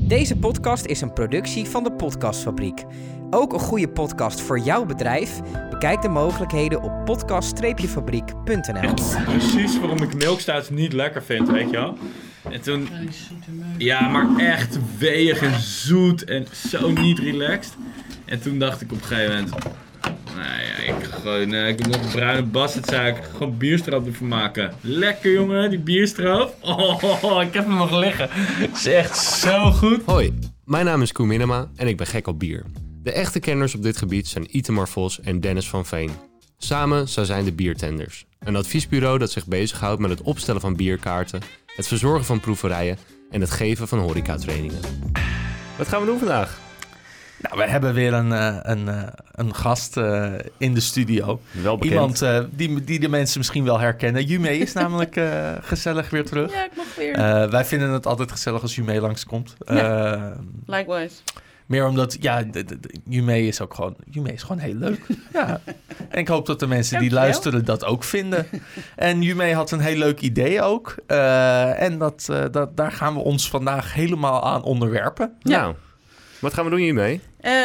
Deze podcast is een productie van de Podcastfabriek. Ook een goede podcast voor jouw bedrijf? Bekijk de mogelijkheden op podcast-fabriek.nl. Precies waarom ik milkstouts niet lekker vind, weet je wel. En toen... Ja, maar echt weeg en zoet en zo niet relaxed. En toen dacht ik op een gegeven moment... Nou ja, ik heb nog een bruine bastardzaak. Gewoon bierstroop ervan maken. Lekker jongen, die bierstroop. Oh, ik heb hem nog liggen. Het is echt zo goed. Hoi, mijn naam is Koen Minema en ik ben gek op bier. De echte kenners op dit gebied zijn Itamar Vos en Dennis van Veen. Samen zijn de Biertenders. Een adviesbureau dat zich bezighoudt met het opstellen van bierkaarten, het verzorgen van proeverijen en het geven van horecatrainingen. Wat gaan we doen vandaag? Nou, we hebben weer een gast in de studio. Wel bekend. Iemand die de mensen misschien wel herkennen. Jume is namelijk gezellig weer terug. Ja, ik mag weer. Wij vinden het altijd gezellig als Jume langskomt. Likewise. Meer omdat, ja, Jume is ook gewoon... Jume is gewoon heel leuk. Ja. En ik hoop dat de mensen die luisteren dat ook vinden. En Jume had een heel leuk idee ook. En daar gaan we ons vandaag helemaal aan onderwerpen. Ja. Nou, wat gaan we doen hiermee?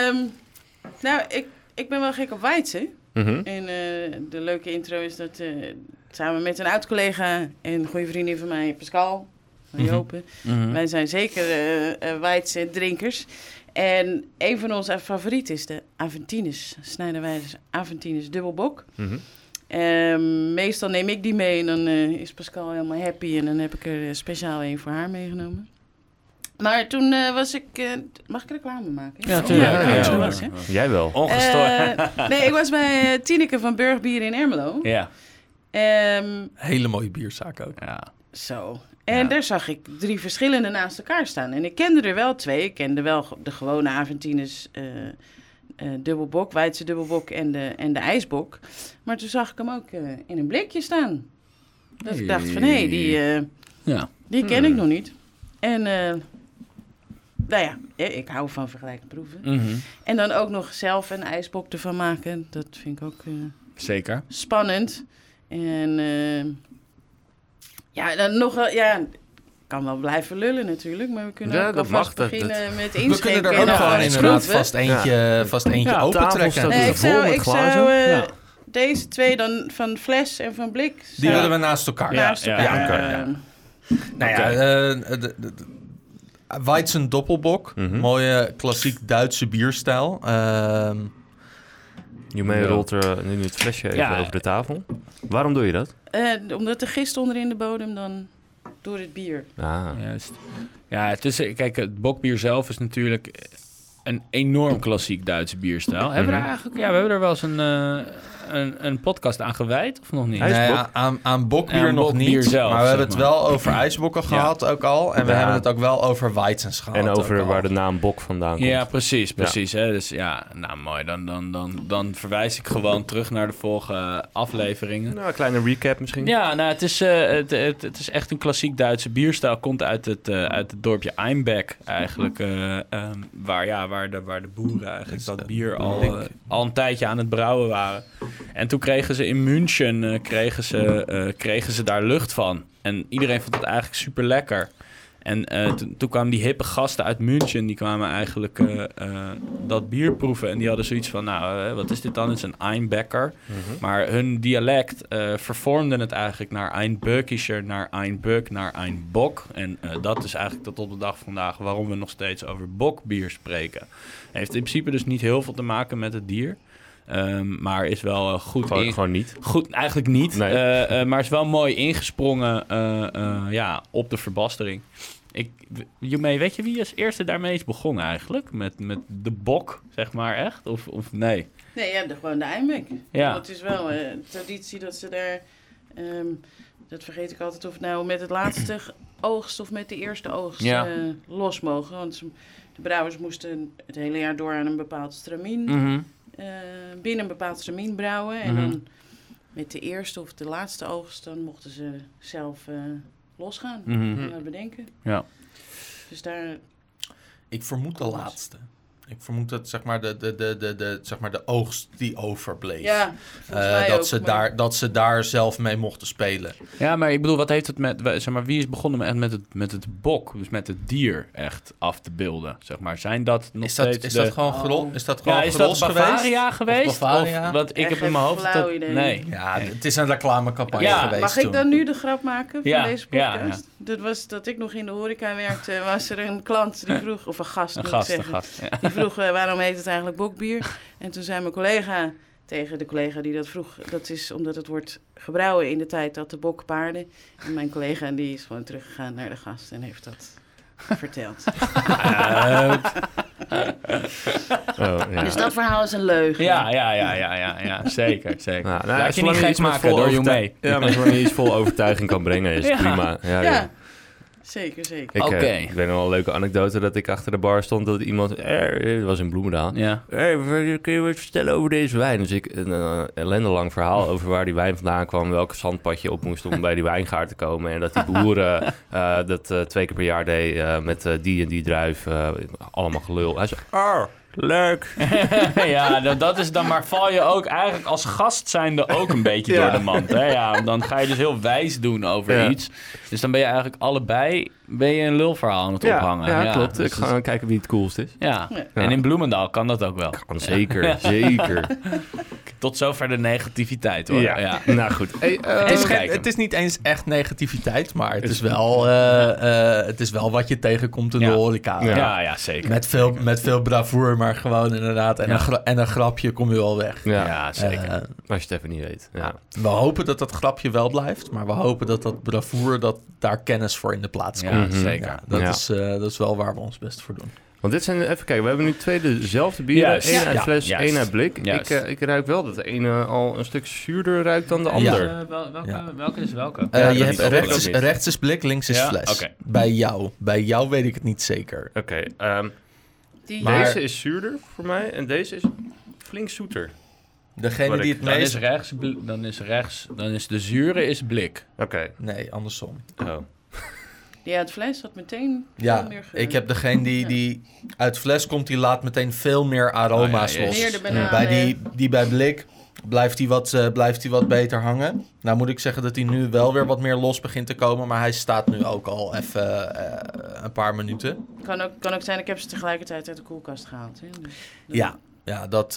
Nou, ik ben wel gek op Weizen. Mm-hmm. En de leuke intro is dat samen met een oud-collega en goede vriendin van mij, Pascal, van Jopen. Mm-hmm. Wij zijn zeker Weizen drinkers. En een van onze favorieten is de Aventines. Snijderwijze Aventines dubbelbok. Mm-hmm. Meestal neem ik die mee en dan is Pascal helemaal happy. En dan heb ik er speciaal een voor haar meegenomen. Maar toen was ik... mag ik reclame maken? Ja, tuurlijk. Ja. Jij wel. Ongestoord. Nee, ik was bij Tineke van Burgbier in Ermelo. Ja. Hele mooie bierzaak ook. Ja. Zo. En daar zag ik 3 verschillende naast elkaar staan. En ik kende er wel 2. Ik kende wel de gewone Aventines dubbelbok, Weidse dubbelbok en de ijsbok. Maar toen zag ik hem ook in een blikje staan. Dus ik dacht van, hé, die ken ik nog niet. En nou ja, ik hou van vergelijkende proeven. Mm-hmm. En dan ook nog zelf een ijsbok ervan maken. Dat vind ik ook Zeker. spannend. En ja, dan nog wel, ja, ik kan wel blijven lullen natuurlijk, maar we kunnen ook alvast beginnen met inschenken. We kunnen er ook gewoon inderdaad vast eentje opentrekken. Nee, ik zou deze 2 dan van fles en van blik. Die willen we naast elkaar. Naast elkaar. Nou ja, Weizen Doppelbock. Mm-hmm. Mooie klassiek Duitse bierstijl. Jume rolt er nu het flesje even over de tafel. Waarom doe je dat? Omdat de gist onderin de bodem dan door het bier. Ah. Juist. Ja, het is, kijk, het bokbier zelf is natuurlijk een enorm klassiek Duitse bierstijl. Hebben we hebben er wel eens een podcast aan gewijd, of nog niet? Nee, aan bokbier nog bokbier niet. zelf, maar we hebben zeg het wel over ijsbokken gehad ook al. En we hebben het ook wel over Weizens gehad. En over ook waar al. de naam Bok vandaan komt. Ja, precies. Hè? Dus ja, nou mooi. Dan verwijs ik gewoon terug naar de vorige afleveringen. Nou, een kleine recap misschien. Ja, nou, het is echt een klassiek Duitse bierstijl. Komt uit het dorpje Einbeck eigenlijk. Waar de boeren eigenlijk dat bier al een tijdje aan het brouwen waren. En toen kregen ze in München kregen ze daar lucht van. En iedereen vond het eigenlijk super lekker. En toen kwamen die hippe gasten uit München, die kwamen eigenlijk dat bier proeven. En die hadden zoiets van, nou, wat is dit dan? Het is een Einbecker. Mm-hmm. Maar hun dialect vervormden het eigenlijk naar Einböckischer, naar Einböck, naar Einbock. En dat is eigenlijk tot op de dag van vandaag waarom we nog steeds over bokbier spreken. Heeft in principe dus niet heel veel te maken met het dier. Maar is wel goed... Gewoon niet? Goed, eigenlijk niet. Nee. Maar is wel mooi ingesprongen op de verbastering. Jume, weet je wie als eerste daarmee is begonnen eigenlijk? Met de bok, zeg maar, echt? Of nee? Nee, ja, gewoon de Einbeck. Ja. Het is wel traditie dat ze daar... dat vergeet ik altijd, of het nou met het laatste oogst of met de eerste oogst los mogen. Want de brouwers moesten het hele jaar door aan een bepaald stramien... Mm-hmm. Binnen een bepaald stramien brouwen. En dan met de eerste of de laatste oogst... dan mochten ze zelf losgaan. En dat bedenken. Ja. Dus daar... Ik vermoed de laatste. Ik vermoed dat zeg maar de oogst die overbleef. Ja, dat ze daar zelf mee mochten spelen. Ja, maar ik bedoel, wat heeft het met... Zeg maar, wie is begonnen met het bok, dus met het dier echt af te beelden? Zeg maar, zijn dat nog steeds... Is dat gewoon Gros? Is dat gewoon is dat Bavaria geweest? Of Bavaria? Of, wat ik heb in mijn hoofd... flauw idee. Nee. Ja, het is een reclamecampagne geweest. Mag ik dan nu de grap maken van deze podcast? Ja. Dat was dat ik nog in de horeca werkte, was er een klant die vroeg, of een gast moet ik zeggen. Die vroeg, waarom heet het eigenlijk bokbier? En toen zei mijn collega tegen de collega die dat vroeg, dat is omdat het wordt gebrouwen in de tijd dat de bok paarden. En mijn collega die is gewoon teruggegaan naar de gast en heeft dat verteld. Dus dat verhaal is een leugen. Ja, zeker. Nou, laat je niet gek maken door je mee. Ja, maar zolang je iets vol overtuiging kan brengen, is het prima. Ja. Zeker. Ik weet nog wel een leuke anekdote dat ik achter de bar stond dat iemand... dat was in Bloemendaal. Ja. Kun je wat vertellen over deze wijn? Dus ik een ellendelang verhaal over waar die wijn vandaan kwam, welke zandpad je op moest om bij die wijngaard te komen. En dat die boeren dat 2 keer per jaar deed met die en die druif. Allemaal gelul. Hij zei, leuk. Ja, dat is dan maar val je ook eigenlijk als gast zijnde ook een beetje door de mand. Hè? Ja, dan ga je dus heel wijs doen over iets. Dus dan ben je eigenlijk allebei een lulverhaal aan het ophangen. Ja, klopt. Ik ga kijken wie het coolst is. Ja. En in Bloemendaal kan dat ook wel. Kan zeker, zeker. Tot zover de negativiteit, hoor. Ja. Nou goed. Hey, het is niet eens echt negativiteit, maar het is wel wat je tegenkomt in de horeca. Ja, zeker. Met veel bravoure, maar gewoon inderdaad. En een grapje kom je wel weg. Ja, zeker. Als je het even niet weet. Ja. We hopen dat dat grapje wel blijft, maar we hopen dat bravoure, dat daar kennis voor in de plaats komt. Ja, zeker. Dat is wel waar we ons best voor doen. Want dit zijn, even kijken, we hebben nu 2 dezelfde bieren. 1 uit fles, 1 uit blik. Ik ruik wel dat de ene al een stuk zuurder ruikt dan de ander. Welke is welke? Je hebt rechts is blik, links is fles. Okay. Bij jou weet ik het niet zeker. Oké, deze is zuurder voor mij en deze is flink zoeter. Degene die het meest... Dan is de zure is blik. Oké. Nee, andersom. Oh. Die uit fles had meteen Ja, meer geur. ik heb degene die uit fles komt, die laat meteen veel meer aroma's los. Meer de bananen. Bij die bij blik blijft hij wat beter hangen. Nou moet ik zeggen dat hij nu wel weer wat meer los begint te komen, maar hij staat nu ook al even een paar minuten. Kan ook zijn, ik heb ze tegelijkertijd uit de koelkast gehaald. Hè? Dus, Ja, dat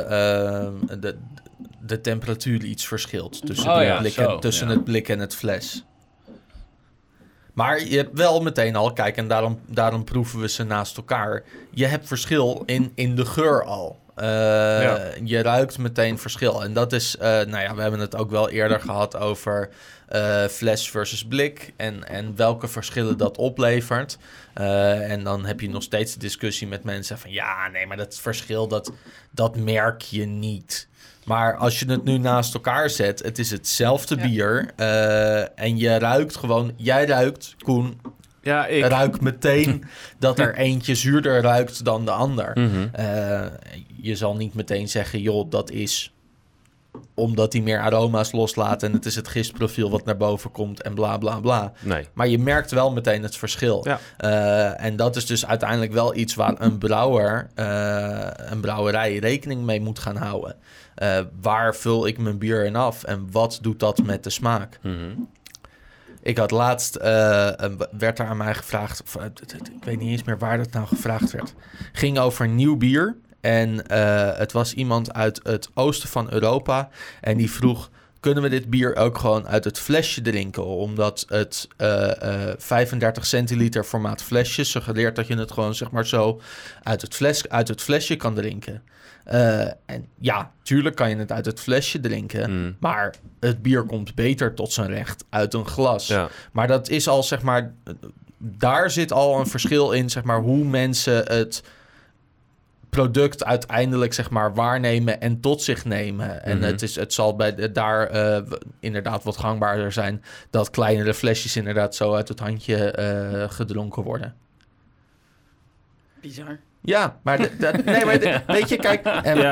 de temperatuur iets verschilt tussen het blik en het fles. Maar je hebt wel meteen al, kijk, en daarom proeven we ze naast elkaar. Je hebt verschil in de geur al. Je ruikt meteen verschil. En dat is, we hebben het ook wel eerder gehad over fles versus blik. En welke verschillen dat oplevert. En dan heb je nog steeds de discussie met mensen van... ja, nee, maar dat verschil, dat merk je niet. Maar als je het nu naast elkaar zet, het is hetzelfde bier. En je ruikt gewoon... Jij ruikt, Koen, ruikt meteen dat er eentje zuurder ruikt dan de ander. Mm-hmm. Je zal niet meteen zeggen, joh, dat is omdat hij meer aroma's loslaat en het is het gistprofiel wat naar boven komt en bla bla bla. Nee. Maar je merkt wel meteen het verschil. Ja. En dat is dus uiteindelijk wel iets waar een brouwerij rekening mee moet gaan houden. Waar vul ik mijn bier in af en wat doet dat met de smaak? Mm-hmm. Ik had laatst, werd er aan mij gevraagd, ik weet niet eens meer waar dat nou gevraagd werd. Ging over nieuw bier. En het was iemand uit het oosten van Europa. En die vroeg, kunnen we dit bier ook gewoon uit het flesje drinken? Omdat het 35 centiliter formaat flesje suggereert dat je het gewoon zeg maar zo uit het flesje kan drinken. En ja, tuurlijk kan je het uit het flesje drinken. Maar het bier komt beter tot zijn recht uit een glas. Ja. Maar dat is al zeg maar... Daar zit al een verschil in zeg maar hoe mensen het product uiteindelijk zeg maar waarnemen en tot zich nemen. En het zal daar inderdaad wat gangbaarder zijn dat kleinere flesjes inderdaad zo uit het handje gedronken worden. Bizar. Ja, maar, weet je, kijk,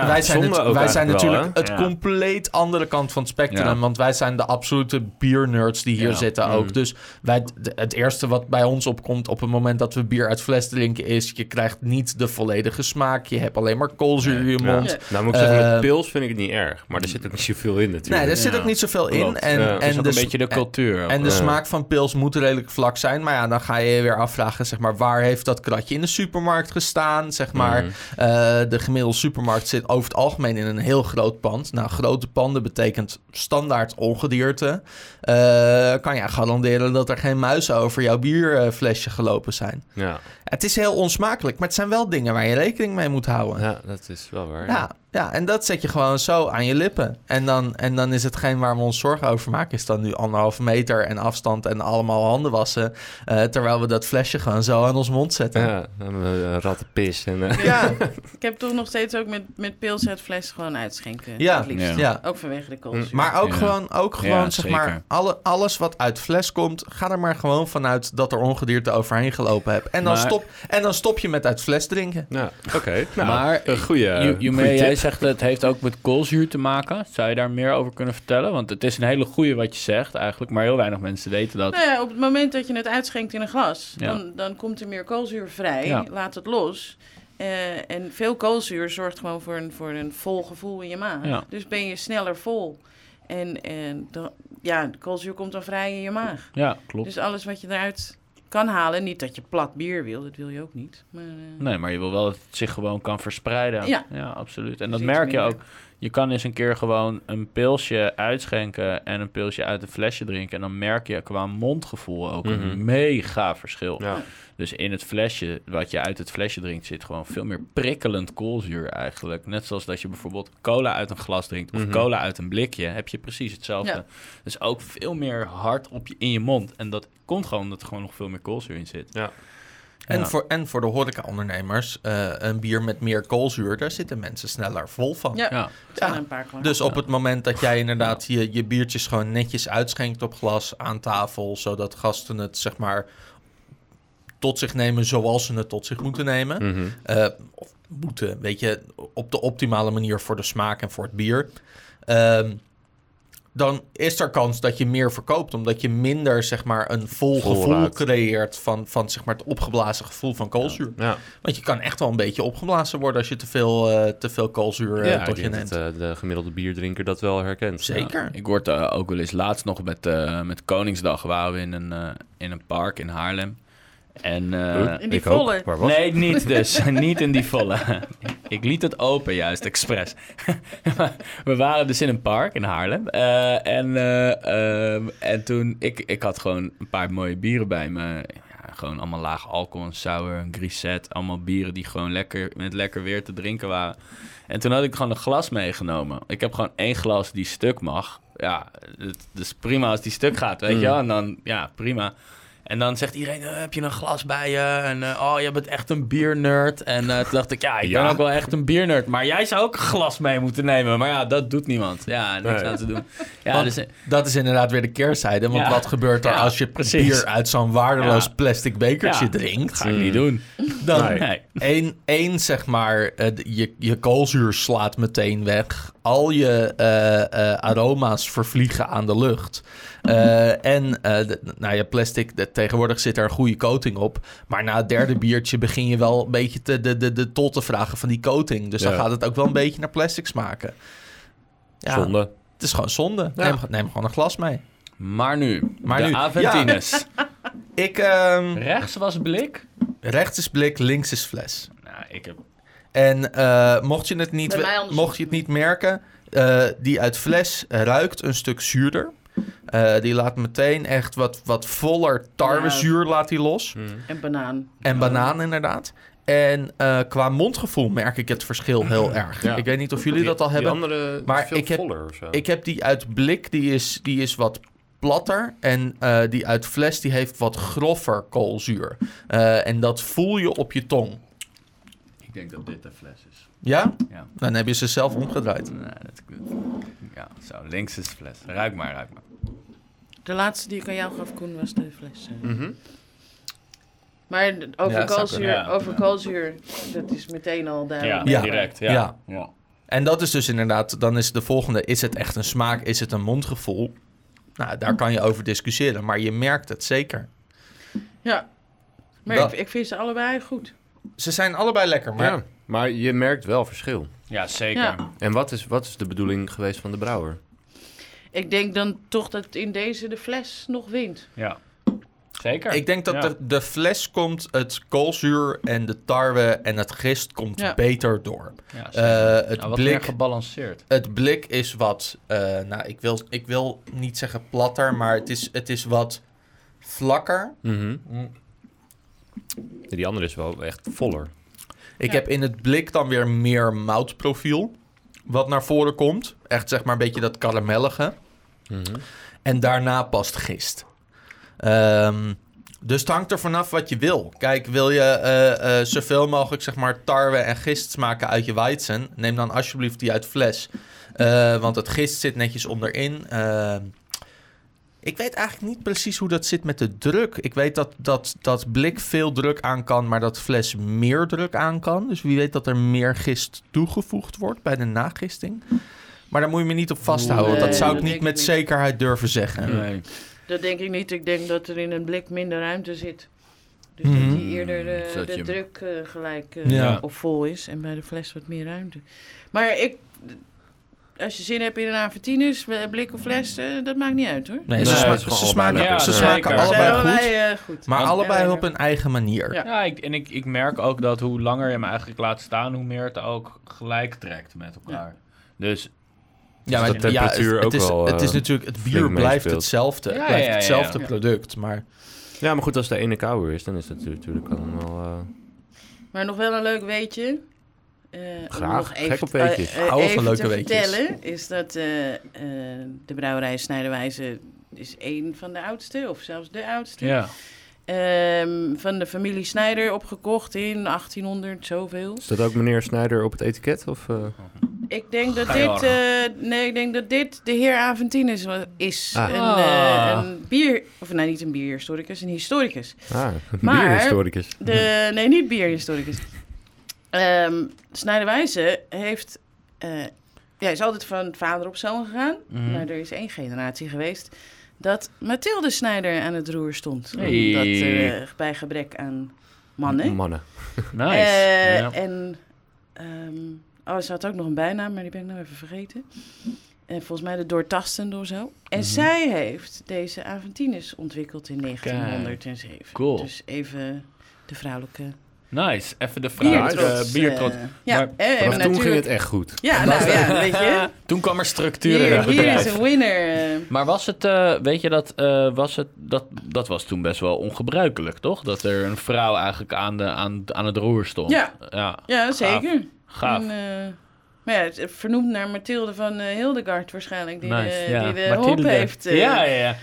wij zijn natuurlijk het compleet andere kant van het spectrum. Ja. Want wij zijn de absolute biernerds die hier zitten ook. Dus het eerste wat bij ons opkomt op het moment dat we bier uit fles drinken is, je krijgt niet de volledige smaak. Je hebt alleen maar koolzuur in je mond. Ja. Nou moet ik zeggen, met pils vind ik het niet erg. Maar er zit ook niet zoveel in natuurlijk. Nee, er zit ook niet zoveel in. En het is ook een beetje de cultuur. En de smaak van pils moet redelijk vlak zijn. Maar ja, dan ga je weer afvragen, zeg maar, waar heeft dat kratje in de supermarkt gestaan? Zeg maar, de gemiddelde supermarkt zit over het algemeen in een heel groot pand. Nou, grote panden betekent standaard ongedierte. Kan je garanderen dat er geen muizen over jouw bierflesje gelopen zijn. Ja. Het is heel onsmakelijk, maar het zijn wel dingen waar je rekening mee moet houden. Ja, dat is wel waar. Ja, en dat zet je gewoon zo aan je lippen. En dan is hetgeen waar we ons zorgen over maken, is dan nu 1,5 meter en afstand en allemaal handen wassen. Terwijl we dat flesje gewoon zo aan ons mond zetten. Ja, rattenpis. Ja, ik heb toch nog steeds ook met pils het fles gewoon uitschenken. Ja, ja. Ook vanwege de koolzuur. Maar ook gewoon zeg maar, alles wat uit fles komt, ga er maar gewoon vanuit dat er ongedierte overheen gelopen hebt. En dan stop je met uit fles drinken. Ja, oké. Nou, maar een goede jij zegt het heeft ook met koolzuur te maken. Zou je daar meer over kunnen vertellen? Want het is een hele goede wat je zegt eigenlijk, maar heel weinig mensen weten dat. Nou ja, op het moment dat je het uitschenkt in een glas, dan komt er meer koolzuur vrij. Ja. Laat het los. En veel koolzuur zorgt gewoon voor een vol gevoel in je maag. Ja. Dus ben je sneller vol. En de koolzuur komt dan vrij in je maag. Ja, klopt. Dus alles wat je eruit kan halen, niet dat je plat bier wil, dat wil je ook niet. Maar, nee, maar je wil wel dat het zich gewoon kan verspreiden. Ja, absoluut. En dat dus merk je ook. Je kan eens een keer gewoon een pilsje uitschenken en een pilsje uit een flesje drinken. En dan merk je qua mondgevoel ook een mega verschil. Ja. Dus in het flesje, wat je uit het flesje drinkt, zit gewoon veel meer prikkelend koolzuur eigenlijk. Net zoals dat je bijvoorbeeld cola uit een glas drinkt of cola uit een blikje, heb je precies hetzelfde. Ja. Dus ook veel meer hard in je mond. En dat komt gewoon omdat er gewoon nog veel meer koolzuur in zit. Ja. En voor de horeca-ondernemers, een bier met meer koolzuur, daar zitten mensen sneller vol van. Ja. Een paar dus op het moment dat jij inderdaad je biertjes gewoon netjes uitschenkt op glas aan tafel, zodat gasten het zeg maar tot zich nemen zoals ze het tot zich moeten nemen. Of moeten, weet je, op de optimale manier voor de smaak en voor het bier. Dan is er kans dat je meer verkoopt, omdat je minder zeg maar een vol gevoel creëert van zeg maar het opgeblazen gevoel van koolzuur. Ja. Want je kan echt wel een beetje opgeblazen worden als je te veel koolzuur tot je neemt. Dat de gemiddelde bierdrinker dat wel herkent. Zeker. Ja. Ik word ook wel eens laatst nog met Koningsdag waren we in een park in Haarlem. En, in die volle? Nee, niet dus. Niet in die volle. Ik liet het open juist, expres. We waren dus in een park in Haarlem. En toen... Ik had gewoon een paar mooie bieren bij me. Ja, gewoon allemaal laag alcohol, een sour, een grisette. Allemaal bieren die gewoon lekker weer te drinken waren. En toen had ik gewoon een glas meegenomen. Ik heb gewoon 1 glas die stuk mag. Ja, het is prima als die stuk gaat, weet je wel. En dan, ja, prima. En dan zegt iedereen, heb je een glas bij je? En je bent echt een biernerd. En toen dacht ik, ik ben ook wel echt een biernerd. Maar jij zou ook een glas mee moeten nemen. Maar ja, dat doet niemand. Ja, niks aan te doen. Ja, dus, dat is inderdaad weer de keerzijde. Want wat gebeurt er als je bier uit zo'n waardeloos plastic bekertje drinkt? Ga ik niet doen. Dan één, zeg maar, je koolzuur slaat meteen weg. Al je aroma's vervliegen aan de lucht. Je plastic, tegenwoordig zit er een goede coating op. Maar na het 3e biertje begin je wel een beetje de tol te vragen van die coating. Dus dan gaat het ook wel een beetje naar plastic smaken. Ja, zonde. Het is gewoon zonde. Ja. Neem gewoon een glas mee. Maar nu, Aventines. Ja. Rechts was blik? Rechts is blik, links is fles. Nou, ik heb... En mocht je het niet merken, die uit fles ruikt een stuk zuurder. Die laat meteen echt wat voller tarwezuur laat die los. En banaan. En banaan inderdaad. En qua mondgevoel merk ik het verschil heel erg. Ja. Ik weet niet of jullie dat al hebben. Andere maar voller of zo. Ik heb die uit blik, die is wat platter. En die uit fles, die heeft wat grover koolzuur. En dat voel je op je tong. Ik denk dat dit de fles is. Ja? Ja. Dan heb je ze zelf omgedraaid. Nee, dat is goed. Ja, zo, links is de fles. Ruik maar. De laatste die ik aan jou gaf, Koen, was de fles. Maar over Ja, koolzuur, dat is meteen al duidelijk. Ja, Ja. direct. Ja. Ja. En dat is dus inderdaad, dan is de volgende, is het echt een smaak, is het een mondgevoel? Nou, daar kan je over discussiëren, maar je merkt het zeker. Ja, maar Dat- ik vind ze allebei goed. Ze zijn allebei lekker, maar Ja, maar je merkt wel verschil. Ja, zeker. Ja. En wat is de bedoeling geweest van de brouwer? Ik denk dan toch dat in deze de fles nog wint. Ja. Zeker. ik denk dat Ja. de fles komt, het koolzuur en de tarwe en het gist komt Ja. beter door. Ja, zeker. Het Nou, wat meer blik... gebalanceerd. Het blik is wat, ik wil niet zeggen platter, maar het is wat vlakker. Die andere is wel echt voller. Ik Ja. heb in het blik dan weer meer moutprofiel, wat naar voren komt. Echt zeg maar een beetje dat karamellige. En daarna past gist. Dus het hangt er vanaf wat je wil. Kijk, wil je zoveel mogelijk zeg maar tarwe en gist smaken uit je weizen? Neem dan alsjeblieft die uit fles. Want het gist zit netjes onderin. Ik weet eigenlijk niet precies hoe dat zit met de druk. Ik weet dat blik veel druk aan kan, maar dat fles meer druk aan kan. Dus wie weet dat er meer gist toegevoegd wordt bij de nagisting. Maar daar moet je me niet op vasthouden. Want dat Nee, zou ik dat niet denk met ik niet. zekerheid durven zeggen. Nee. Dat denk ik niet. Ik denk dat er in een blik minder ruimte zit. Dus Mhm. dat die eerder Dat de je- druk gelijk Ja. of vol is. En bij de fles wat meer ruimte. Maar als je zin hebt in een Aventinus, blik of fles, dat maakt niet uit hoor. Nee, Nee, ze, het sma- is gewoon ze allebei smaken, lekker. ze Ja, smaken zeker. allebei goed. goed. Maar Ja, allebei lekker. op hun eigen manier. Ja. Ja, ik merk ook dat hoe langer je hem eigenlijk laat staan, hoe meer het ook gelijk trekt met elkaar. Dus Ja, Dus de temperatuur het ook is, wel, het is natuurlijk, het bier flink blijft meespeelt. hetzelfde. Ja, Het blijft ja, ja, hetzelfde ja. product. Maar Ja, maar goed, als de ene kouder is, dan is dat natuurlijk allemaal... Maar nog wel een leuk weetje. Om Graag. nog even, Gek op weetjes. Hou van even leuke te weetjes. vertellen is dat de brouwerij Snijderwijze is een van de oudste, of zelfs de oudste. ja. Van de familie Snijder opgekocht in 1800 zoveel. Is dat ook meneer Snijder op het etiket? Of, Ik denk dat Ga dit, ik denk dat dit de heer Aventinus is. Ah. Een bier, of nee, niet een bierhistoricus, een historicus. een Maar- bierhistoricus. Nee, niet bierhistoricus. Snijderwijze heeft, is altijd van vader op zoon gegaan. Mhm. Maar er is 1 generatie geweest dat Mathilde Snijder aan het roer stond. Hey. Omdat bij gebrek aan mannen. Mannen. Nice. Ja. En ze had ook nog een bijnaam, maar die ben ik nou even vergeten. En volgens mij de Doortastende of zo. En zij heeft deze Aventinus ontwikkeld in 1907. Cool. Dus even de vrouwelijke Nice. Even de vraag. biertrots. Biertrots. Ja, Maar en Vanaf toen ging natuurlijk... het echt goed. Ja, nou ja, weet je. Toen kwam er structuur in het Hier is bedrijf. een winner. Maar was het, weet je, dat was toen best wel ongebruikelijk, toch? Dat er een vrouw eigenlijk aan het roer stond. Ja. Ja, zeker. Gaaf. En, maar ja, het is vernoemd naar Mathilde van Hildegard waarschijnlijk. Die, Nice, ja. die de Mathilde. hop heeft ja.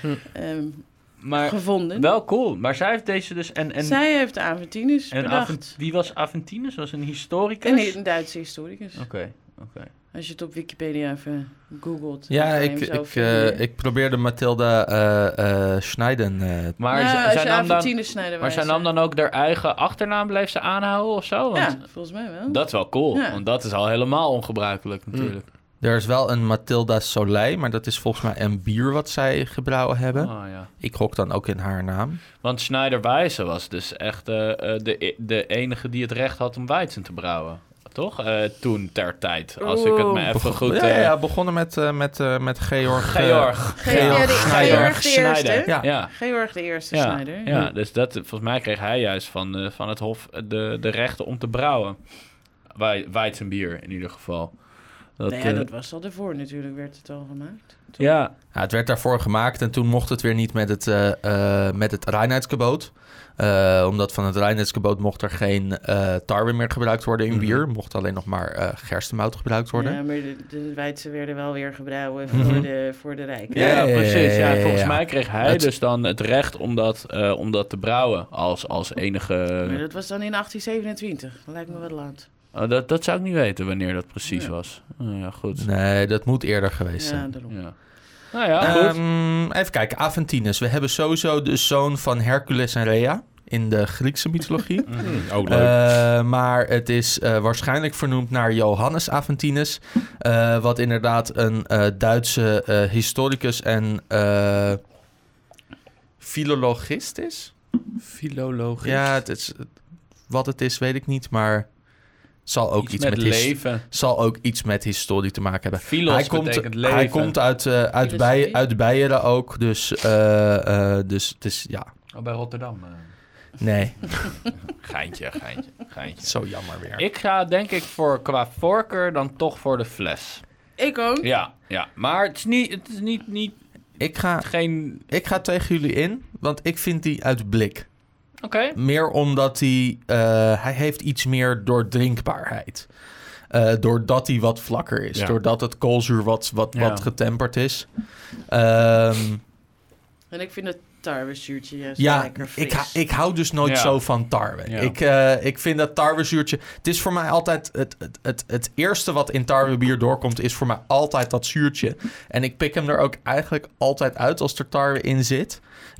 Maar gevonden. wel cool. Maar zij heeft deze dus... En Zij heeft de Aventinus bedacht. wie was Aventinus? Was een historicus? Een Duitse historicus. Oké. Als je het op Wikipedia even googelt. ja, dan ga je hem zo vinden. ik probeerde Mathilde Schneiden. Maar Nou, als zij je nam dan... Aventinus snijden Maar zij nam dan ook haar eigen achternaam, bleef ze aanhouden of zo? Want Ja, volgens mij wel. dat is wel cool, Ja. want dat is al helemaal ongebruikelijk natuurlijk. Er is wel een Mathilda Soleil, maar dat is volgens mij een bier wat zij gebrouwen hebben. Oh, ja. Ik gok dan ook in haar naam. Want Schneider-Wijze was dus echt de enige die het recht had om Weizen te brouwen. Toch? Toen ter tijd. Als ik het me even goed... Begonnen met Georg. Georg. Georg de eerste. Ja. Ja. Georg de eerste Ja, snijder. ja, dus dat, volgens mij kreeg hij juist van het hof de rechten om te brouwen. Weizenbier in ieder geval. Dat was al ervoor natuurlijk, werd het al gemaakt. Ja, Ja, het werd daarvoor gemaakt en toen mocht het weer niet met het reinheidsgebod. Omdat van het reinheidsgebod mocht er geen tarwe meer gebruikt worden in bier. Mocht alleen nog maar gerstemout gebruikt worden. Ja, maar de Weidse werden wel weer gebrouwen voor de rijken. ja, Ja, precies. Ja, volgens ja. mij kreeg hij dus dan het recht om dat te brouwen als enige... Maar dat was dan in 1827. Dat lijkt me wat laat. Oh, dat zou ik niet weten wanneer dat precies Ja. was. Oh, ja, goed. Nee, dat moet eerder geweest Ja, zijn. daarom. Ja. Nou ja, goed. Even kijken, Aventinus. We hebben sowieso de zoon van Hercules en Rhea. in de Griekse mythologie. Ook leuk. Maar het is waarschijnlijk vernoemd naar Johannes Aventinus. Wat inderdaad een Duitse historicus en filologist is. Filologisch. Ja, wat het is weet ik niet, maar het zal ook iets met leven. zal ook iets met historie te maken hebben. Filos betekent leven. Hij komt uit Beieren ook, dus het is, ja. Oh, bij Rotterdam. Nee, Geintje. zo jammer weer. Ik ga denk ik qua voorkeur dan toch voor de fles. Ik ook. Ja. Maar het is niet Ik ga tegen jullie in, want ik vind die uit blik. Oké. Meer omdat hij heeft iets meer doordrinkbaarheid. Doordat hij wat vlakker is. Ja. Doordat het koolzuur wat getemperd is. En ik vind het tarwezuurtje juist lekker fris. Ik hou dus nooit zo van tarwe. Ja. Ik vind dat tarwezuurtje... Het is voor mij altijd... Het eerste wat in tarwebier doorkomt... is voor mij altijd dat zuurtje. En ik pik hem er ook eigenlijk altijd uit... als er tarwe in zit.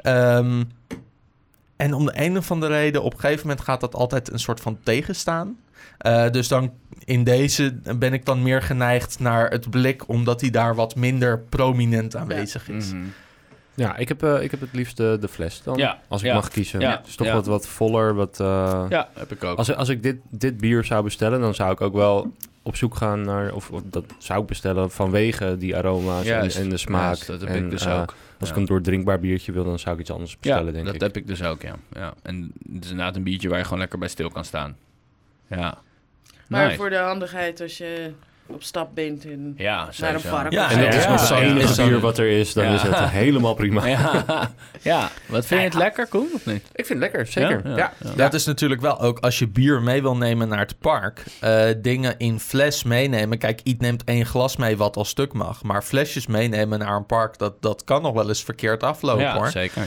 En om de een of andere reden... op een gegeven moment gaat dat altijd een soort van tegenstaan. Dus dan in deze ben ik dan meer geneigd naar het blik... omdat hij daar wat minder prominent aanwezig is. Mm-hmm. Ja, ik heb het liefst de fles dan. Ja. Als ik mag kiezen. Ja. Het is toch wat voller. Ja, heb ik ook. Als ik dit bier zou bestellen, dan zou ik ook wel op zoek gaan naar... Of dat zou ik bestellen vanwege die aroma's en de smaak. Juist, dat heb ik dus ook. Als ik een doordrinkbaar biertje wil, dan zou ik iets anders bestellen, denk ik. dat heb ik dus ook, ja. En het is inderdaad een biertje waar je gewoon lekker bij stil kan staan. Ja. Maar Nice. voor de handigheid als je op stap bent en Ja, naar een sowieso. park. Ja, of En zo. dat is nog het enige ja. bier wat er is, dan is het helemaal prima. Ja. Wat vind je het lekker, Koen, of niet? Ik vind het lekker, zeker. Ja? Ja. Dat is natuurlijk wel ook als je bier mee wil nemen naar het park. Dingen in fles meenemen. Kijk, Iet neemt 1 glas mee wat al stuk mag. Maar flesjes meenemen naar een park, dat kan nog wel eens verkeerd aflopen, hoor. Zeker.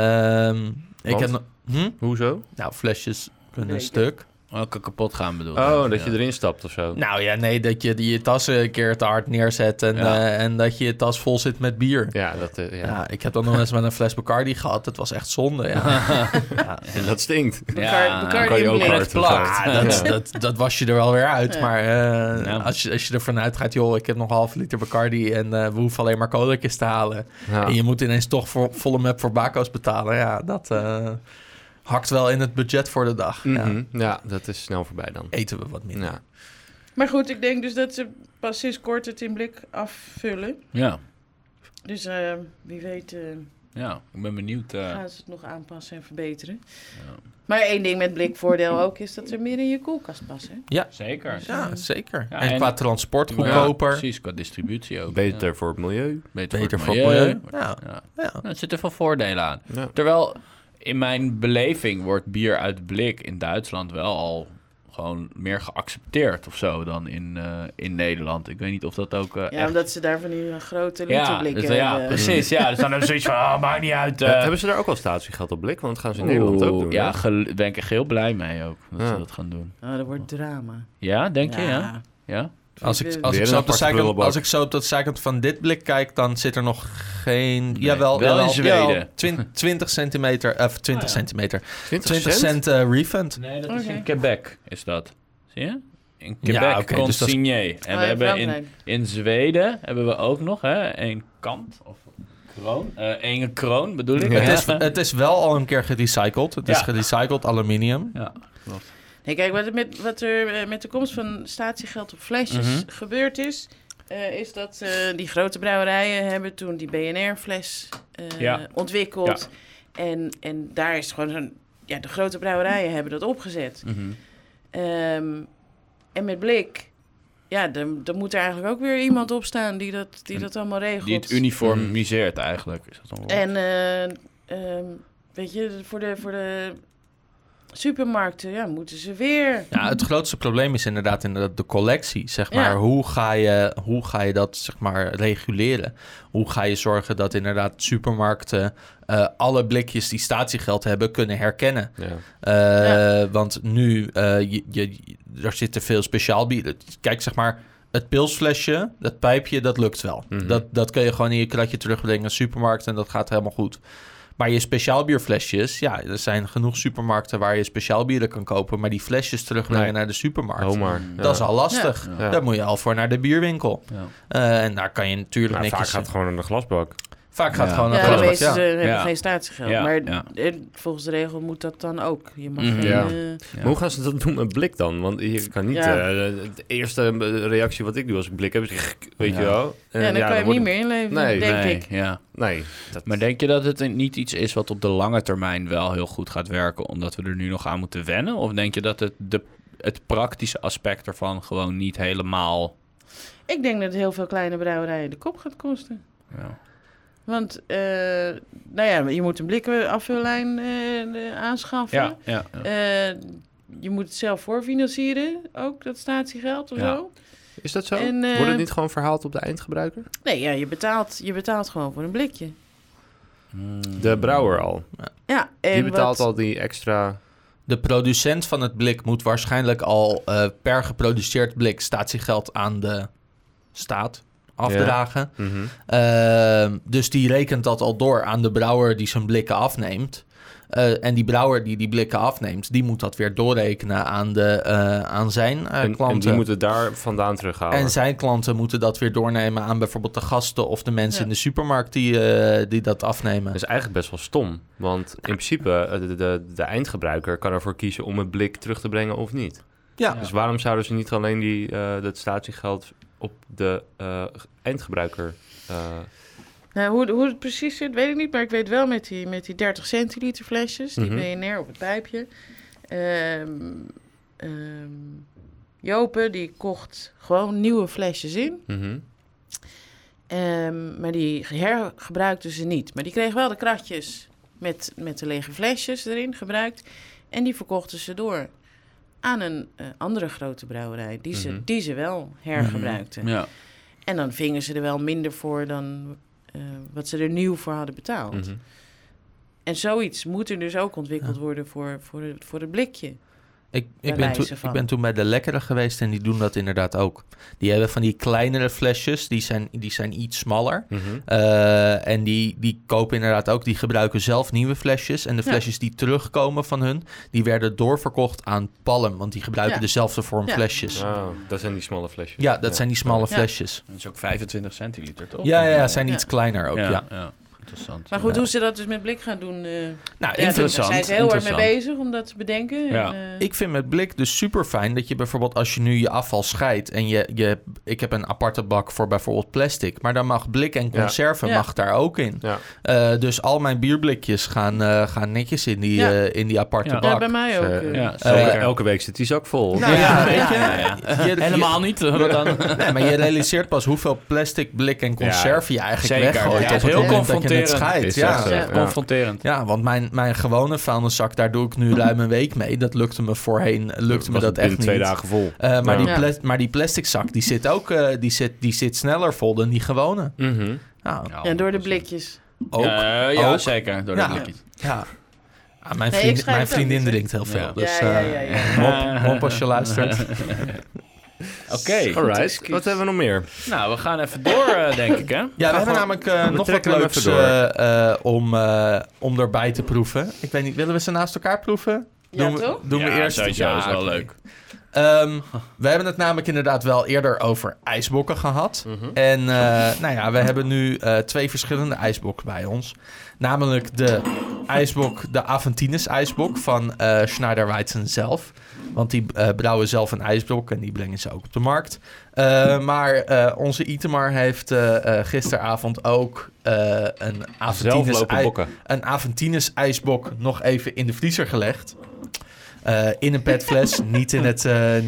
Ik heb Hoezo? Nou, flesjes kunnen Breken. stuk. Ook kapot gaan bedoel Oh, dat je erin stapt of zo. Nou ja, nee, dat je je tassen een keer te hard neerzet en dat je tas vol zit met bier. Ja, Ja, ik heb dan nog eens met een fles Bacardi gehad. Dat was echt zonde, ja. En dat stinkt. Bacardi kan je in ook blik. hard Ah, dat was je er wel weer uit. Ja. Maar als je ervan uitgaat, joh, ik heb nog 1/2 liter Bacardi en we hoeven alleen maar colaatjes te halen. Ja. En je moet ineens toch volle map voor bako's betalen. Ja, dat hakt wel in het budget voor de dag. Ja, dat is snel voorbij dan. Eten we wat minder. Ja. Maar goed, ik denk dus dat ze pas sinds kort het in blik afvullen. Ja. Dus wie weet Ja, ik ben benieuwd. gaan ze het nog aanpassen en verbeteren. Ja. Maar één ding met blikvoordeel ook is dat ze meer in je koelkast passen. Zeker. Ja, zeker. Ja, en qua transport Ja, goedkoper. precies, qua distributie ook. Beter voor het milieu. Beter voor het milieu. Ja. Ja. Ja. Nou, er zitten veel voordelen aan. Ja. Terwijl in mijn beleving wordt bier uit blik in Duitsland wel al gewoon meer geaccepteerd of zo dan in Nederland. Ik weet niet of dat ook echt... Omdat ze daar van die grote Ja, literblikken dus, ja, hebben. precies. Ja, dus dan hebben ze zoiets van, maakt niet uit. Hebben ze daar ook al statiegeld op blik? Want dat gaan ze in Nederland ook doen. Ja, hè? ben ik echt heel blij mee ook, dat Ja. ze dat gaan doen. Oh, dat wordt drama. Ja, denk je? Ja? Ja? Als ik Weer een zo op de aparte zijkant, prullenbak. als ik zo op de zijkant van dit blik kijk, dan zit er nog geen... Nee, Jawel, wel in Zweden. 20 centimeter, 20 ja. centimeter. 20 20 cent refund. Nee, dat is Oké. in Quebec, is dat. Zie je? In Ja, Quebec, oké, dus dat is- consigné. En we hebben in Zweden hebben we ook nog een kant, of kroon. Een kroon bedoel ik. Ja. Het is wel al een keer gerecycled. Het is Ja. gerecycled aluminium. Ja, klopt. Nee, kijk, wat er met de komst van statiegeld op flesjes gebeurd is dat die grote brouwerijen hebben toen die BNR-fles ontwikkeld. Ja. En daar is gewoon zo'n... Ja, de grote brouwerijen hebben dat opgezet. En met blik... Ja, dan moet er eigenlijk ook weer iemand op staan die dat allemaal regelt. Die het uniformiseert eigenlijk. Is dat dan wel? En weet je, voor de supermarkten moeten ze weer... Ja, het grootste probleem is inderdaad de collectie, zeg maar. Ja. Hoe ga je dat, zeg maar, reguleren? Hoe ga je zorgen dat inderdaad supermarkten alle blikjes die statiegeld hebben kunnen herkennen? Ja. Want nu, er zitten veel speciaal bier. Kijk, zeg maar, het pilsflesje, dat pijpje, dat lukt wel. Mhm. Dat kun je gewoon in je kratje terugbrengen in de supermarkt en dat gaat helemaal goed. Maar je speciaalbierflesjes, er zijn genoeg supermarkten waar je speciaalbieren kan kopen, maar die flesjes terugbrengen naar de supermarkt, dat is al lastig. Ja. Daar moet je al voor naar de bierwinkel. Ja. En daar kan je natuurlijk netjes... Vaak gaat het gewoon in de glasbak. Vaak gaat het gewoon naar de de glasbak. meesten hebben geen statiegeld. Ja. Maar volgens de regel moet dat dan ook. Je mag geen... Maar hoe gaan ze dat doen met blik dan? Want je kan niet... de eerste reactie wat ik doe als ik blik heb is... Weet je wel? dan kan je hem niet meer inleveren, denk ik. Ja. Nee. Maar denk je dat het niet iets is wat op de lange termijn wel heel goed gaat werken... omdat we er nu nog aan moeten wennen? Of denk je dat het praktische aspect ervan gewoon niet helemaal... Ik denk dat heel veel kleine brouwerijen de kop gaat kosten. Ja. Want, je moet een blikafvullijn aanschaffen. Ja. Je moet het zelf voorfinancieren, ook dat statiegeld of zo. Is dat zo? En, Wordt het niet gewoon verhaald op de eindgebruiker? Nee, je betaalt gewoon voor een blikje. De brouwer al. Ja, en Die betaalt al die extra... De producent van het blik moet waarschijnlijk al per geproduceerd blik statiegeld aan de staat afdragen. Ja. Mm-hmm. Dus die rekent dat al door aan de brouwer die zijn blikken afneemt. En die brouwer die blikken afneemt, die moet dat weer doorrekenen aan zijn klanten. En die moeten daar vandaan terughalen. En zijn klanten moeten dat weer doornemen aan bijvoorbeeld de gasten of de mensen in de supermarkt die dat afnemen. Dat is eigenlijk best wel stom. Want in principe, de eindgebruiker kan ervoor kiezen om het blik terug te brengen of niet. Ja. Dus waarom zouden ze niet alleen dat statiegeld op de eindgebruiker... hoe het precies zit, weet ik niet. Maar ik weet wel met die 30 centiliter flesjes, die BNR op het pijpje. Jope, die kocht gewoon nieuwe flesjes in. Mm-hmm. Maar die hergebruikten ze niet. Maar die kregen wel de kratjes met de lege flesjes erin gebruikt. En die verkochten ze door aan een andere grote brouwerij. Die ze wel hergebruikten. Ja. En dan vingen ze er wel minder voor dan wat ze er nieuw voor hadden betaald. Mm-hmm. En zoiets moet er dus ook ontwikkeld worden voor het blikje. Ik ben toen bij de Lekkere geweest en die doen dat inderdaad ook. Die hebben van die kleinere flesjes, die zijn iets smaller. Mm-hmm. En die kopen inderdaad ook, die gebruiken zelf nieuwe flesjes. En de flesjes die terugkomen van hun, die werden doorverkocht aan Palm. Want die gebruiken dezelfde vorm flesjes. Oh, dat zijn die smalle flesjes. Ja, dat zijn die smalle flesjes. Dat is ook 25 centiliter, toch? Ja, zijn iets kleiner ook, ja. Interessant. Maar goed, hoe ze dat dus met blik gaan doen... interessant. Daar zijn ze heel erg mee bezig om dat te bedenken. Ja. Ik vind met blik dus super fijn dat je bijvoorbeeld als je nu je afval scheidt en ik heb een aparte bak voor bijvoorbeeld plastic, maar dan mag blik en conserven mag daar ook in. Ja. Dus al mijn bierblikjes gaan netjes in die aparte bak. Ja, bij mij ook. Elke week zit die zak vol. Nou weet je. Helemaal niet. Dan. Nee, maar je realiseert pas hoeveel plastic, blik en conserven je eigenlijk weggooit. Ja, het is heel confronterend. Confronterend. Ja, want mijn gewone vuilniszak, daar doe ik nu ruim een week mee. Dat lukte me voorheen, me dat echt niet. 2 dagen vol. Maar die plastic zak, die zit ook die zit sneller vol dan die gewone. Mm-hmm. En door de blikjes. Ook. Ja, zeker. Door de blikjes. Ja. Mijn vriendin drinkt heel veel. Dus mop als je luistert. Oké. Alright. Wat hebben we nog meer? Nou, we gaan even door, denk ik, hè? Ja, we hebben namelijk nog wat leuks om erbij te proeven. Ik weet niet, willen we ze naast elkaar proeven? Doen we eerst? Sowieso, is wel leuk. We hebben het namelijk inderdaad wel eerder over ijsbokken gehad. Mm-hmm. En we hebben nu 2 verschillende ijsbokken bij ons. Namelijk de Aventines ijsbok van Schneider-Weizen zelf. Want die brouwen zelf een ijsbok en die brengen ze ook op de markt. Maar onze Itemar heeft gisteravond ook een Aventines ijsbok nog even in de vriezer gelegd. In een petfles, niet in het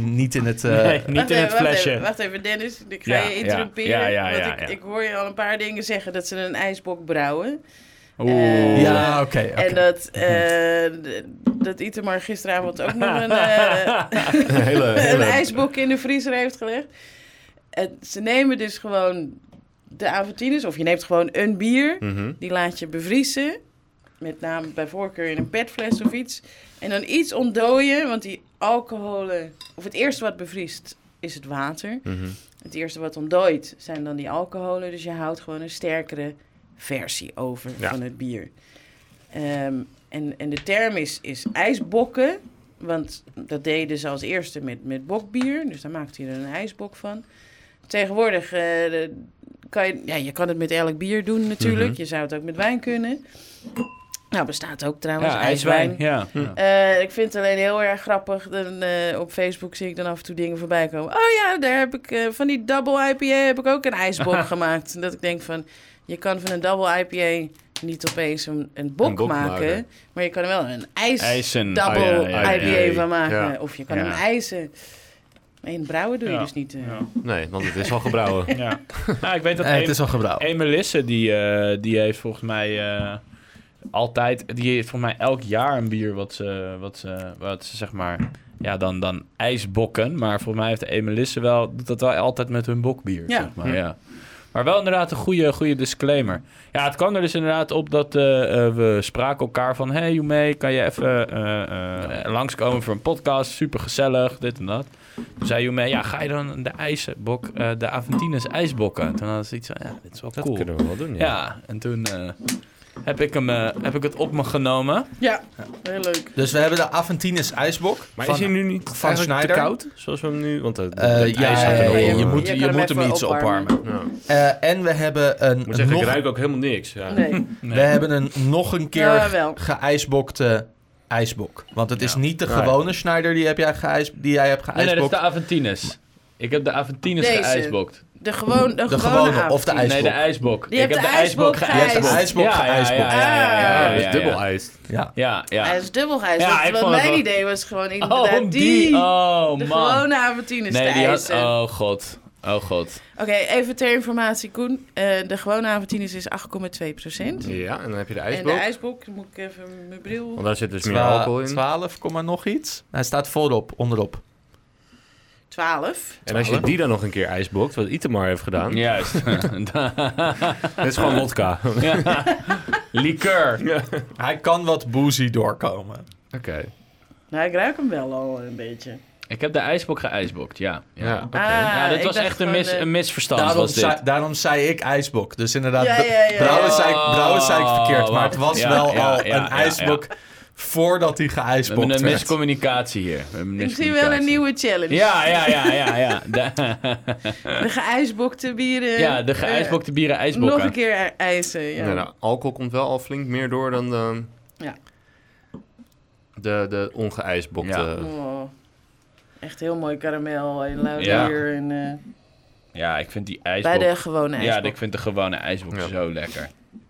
flesje. Wacht even, Dennis. Ik ga je interrumperen. Want ik hoor je al een paar dingen zeggen dat ze een ijsbok brouwen. Oké. En dat Itemar gisteravond ook nog een ijsbok in de vriezer heeft gelegd. En ze nemen dus gewoon de Aventines, of je neemt gewoon een bier, die laat je bevriezen. Met name bij voorkeur in een petfles of iets. En dan iets ontdooien, want die alcoholen... Of het eerste wat bevriest is het water. Mm-hmm. Het eerste wat ontdooit zijn dan die alcoholen. Dus je houdt gewoon een sterkere versie over van het bier. En de term is ijsbokken. Want dat deden ze als eerste met bokbier. Dus daar maakte je er een ijsbok van. Tegenwoordig je kan het met elk bier doen natuurlijk. Mm-hmm. Je zou het ook met wijn kunnen. Nou, bestaat ook trouwens Ja, ijswijn. Ja. Ik vind het alleen heel erg grappig. Op Facebook zie ik dan af en toe dingen voorbij komen. Oh ja, daar heb ik van die double IPA heb ik ook een ijsbok gemaakt. Dat ik denk van, je kan van een double IPA niet opeens een bok maken. Maar je kan er wel een IJsen. double IPA IPA van maken. Ja. Of je kan hem ijzen. Maar in brouwen doe je dus niet. Nee, want het is al gebrouwen. Ja. Nou, ik weet dat het is al gebrouwen. Emelisse, die heeft volgens mij altijd... Die heeft volgens mij elk jaar een bier wat ze zeg maar... Ja, dan ijsbokken. Maar volgens mij heeft de Emelisse doet dat wel altijd met hun bokbier. Ja. Zeg maar, ja. Maar wel inderdaad een goede disclaimer. Ja, het kwam er dus inderdaad op dat we spraken elkaar van... Hey Joemee, kan je even langskomen voor een podcast? Super gezellig, dit en dat. Toen zei Joemee, ja, ga je dan de ijsbok, de Aventines ijsbokken? Toen had ze iets van, ja, dit is wel cool. Dat kunnen we wel doen, Ja, en toen heb ik het op me genomen. Ja, heel leuk. Dus we hebben de Aventines ijsbok. Maar van, is hij nu niet van eigenlijk Schneider? te koud? Zoals we hem nu... Want het je moet hem even iets opwarmen. opwarmen. En we hebben een... Ik moet zeggen, ik ruik ook helemaal niks. Ja. Nee. We hebben nog een keer wel. geijsbokte ijsbok. Want het is niet de Nee. gewone Schneider die jij hebt Nee, dat is geijsbokt. de Aventines. Ik heb de Aventines Deze. geijsbokt. De gewone of de Aventine. ijsbok. Nee, de ijsbok. Je hebt ik heb de de ijsbok ijsbok geijsbokt. Je hebt de ijsbok geijsbokt. Ja, Dat is dubbel ijs. Ja. Ja. Hij is dubbel geijsd. Ja, ik Want vond het mijn wel- idee was gewoon inderdaad Oh, die. Oh, de man. gewone Aventines te Nee, die had... ijzen. Oh, god. Oh, god. Oké, even ter informatie, Koen. De gewone Aventines is 8,2%. Ja, en dan heb je de En ijsbok. de ijsbok, dan moet ik even mijn bril... Want daar zit dus meer alcohol in. 12, nog iets. Hij staat voorop, onderop. 12. En als je die dan nog een keer ijsbokt, wat Itamar heeft gedaan. Juist. Dit is gewoon vodka. Ja. Liqueur. Hij kan wat boozy doorkomen. Oké. Nou, ik ruik hem wel al een beetje. Ik heb de ijsbok geijsbokt, ja. Ja. Oké. Ja, dit ik was dacht echt gewoon, een misverstand. Daarom zei ik ijsbok. Dus inderdaad, Ja. brouwen zei ik verkeerd. Maar het was Ja, wel ja, al ja, een ijsbok voordat hij We geijsbokt hebben een werd. miscommunicatie hier. Ik zie wel een nieuwe challenge. Ja. De geijsbokte bieren. Ja, de geijsbokte bieren ijsbokken. Nog een keer ijzen, ja. Nou, de alcohol komt wel al flink meer door dan Ja. de ongeijsbokte. Ja. Oh, echt heel mooi karamel en lauw Ja. bier. En, Ja, ik vind die ijsbok... bij de gewone ijsbok. Ja, ik vind de gewone ijsbok zo lekker.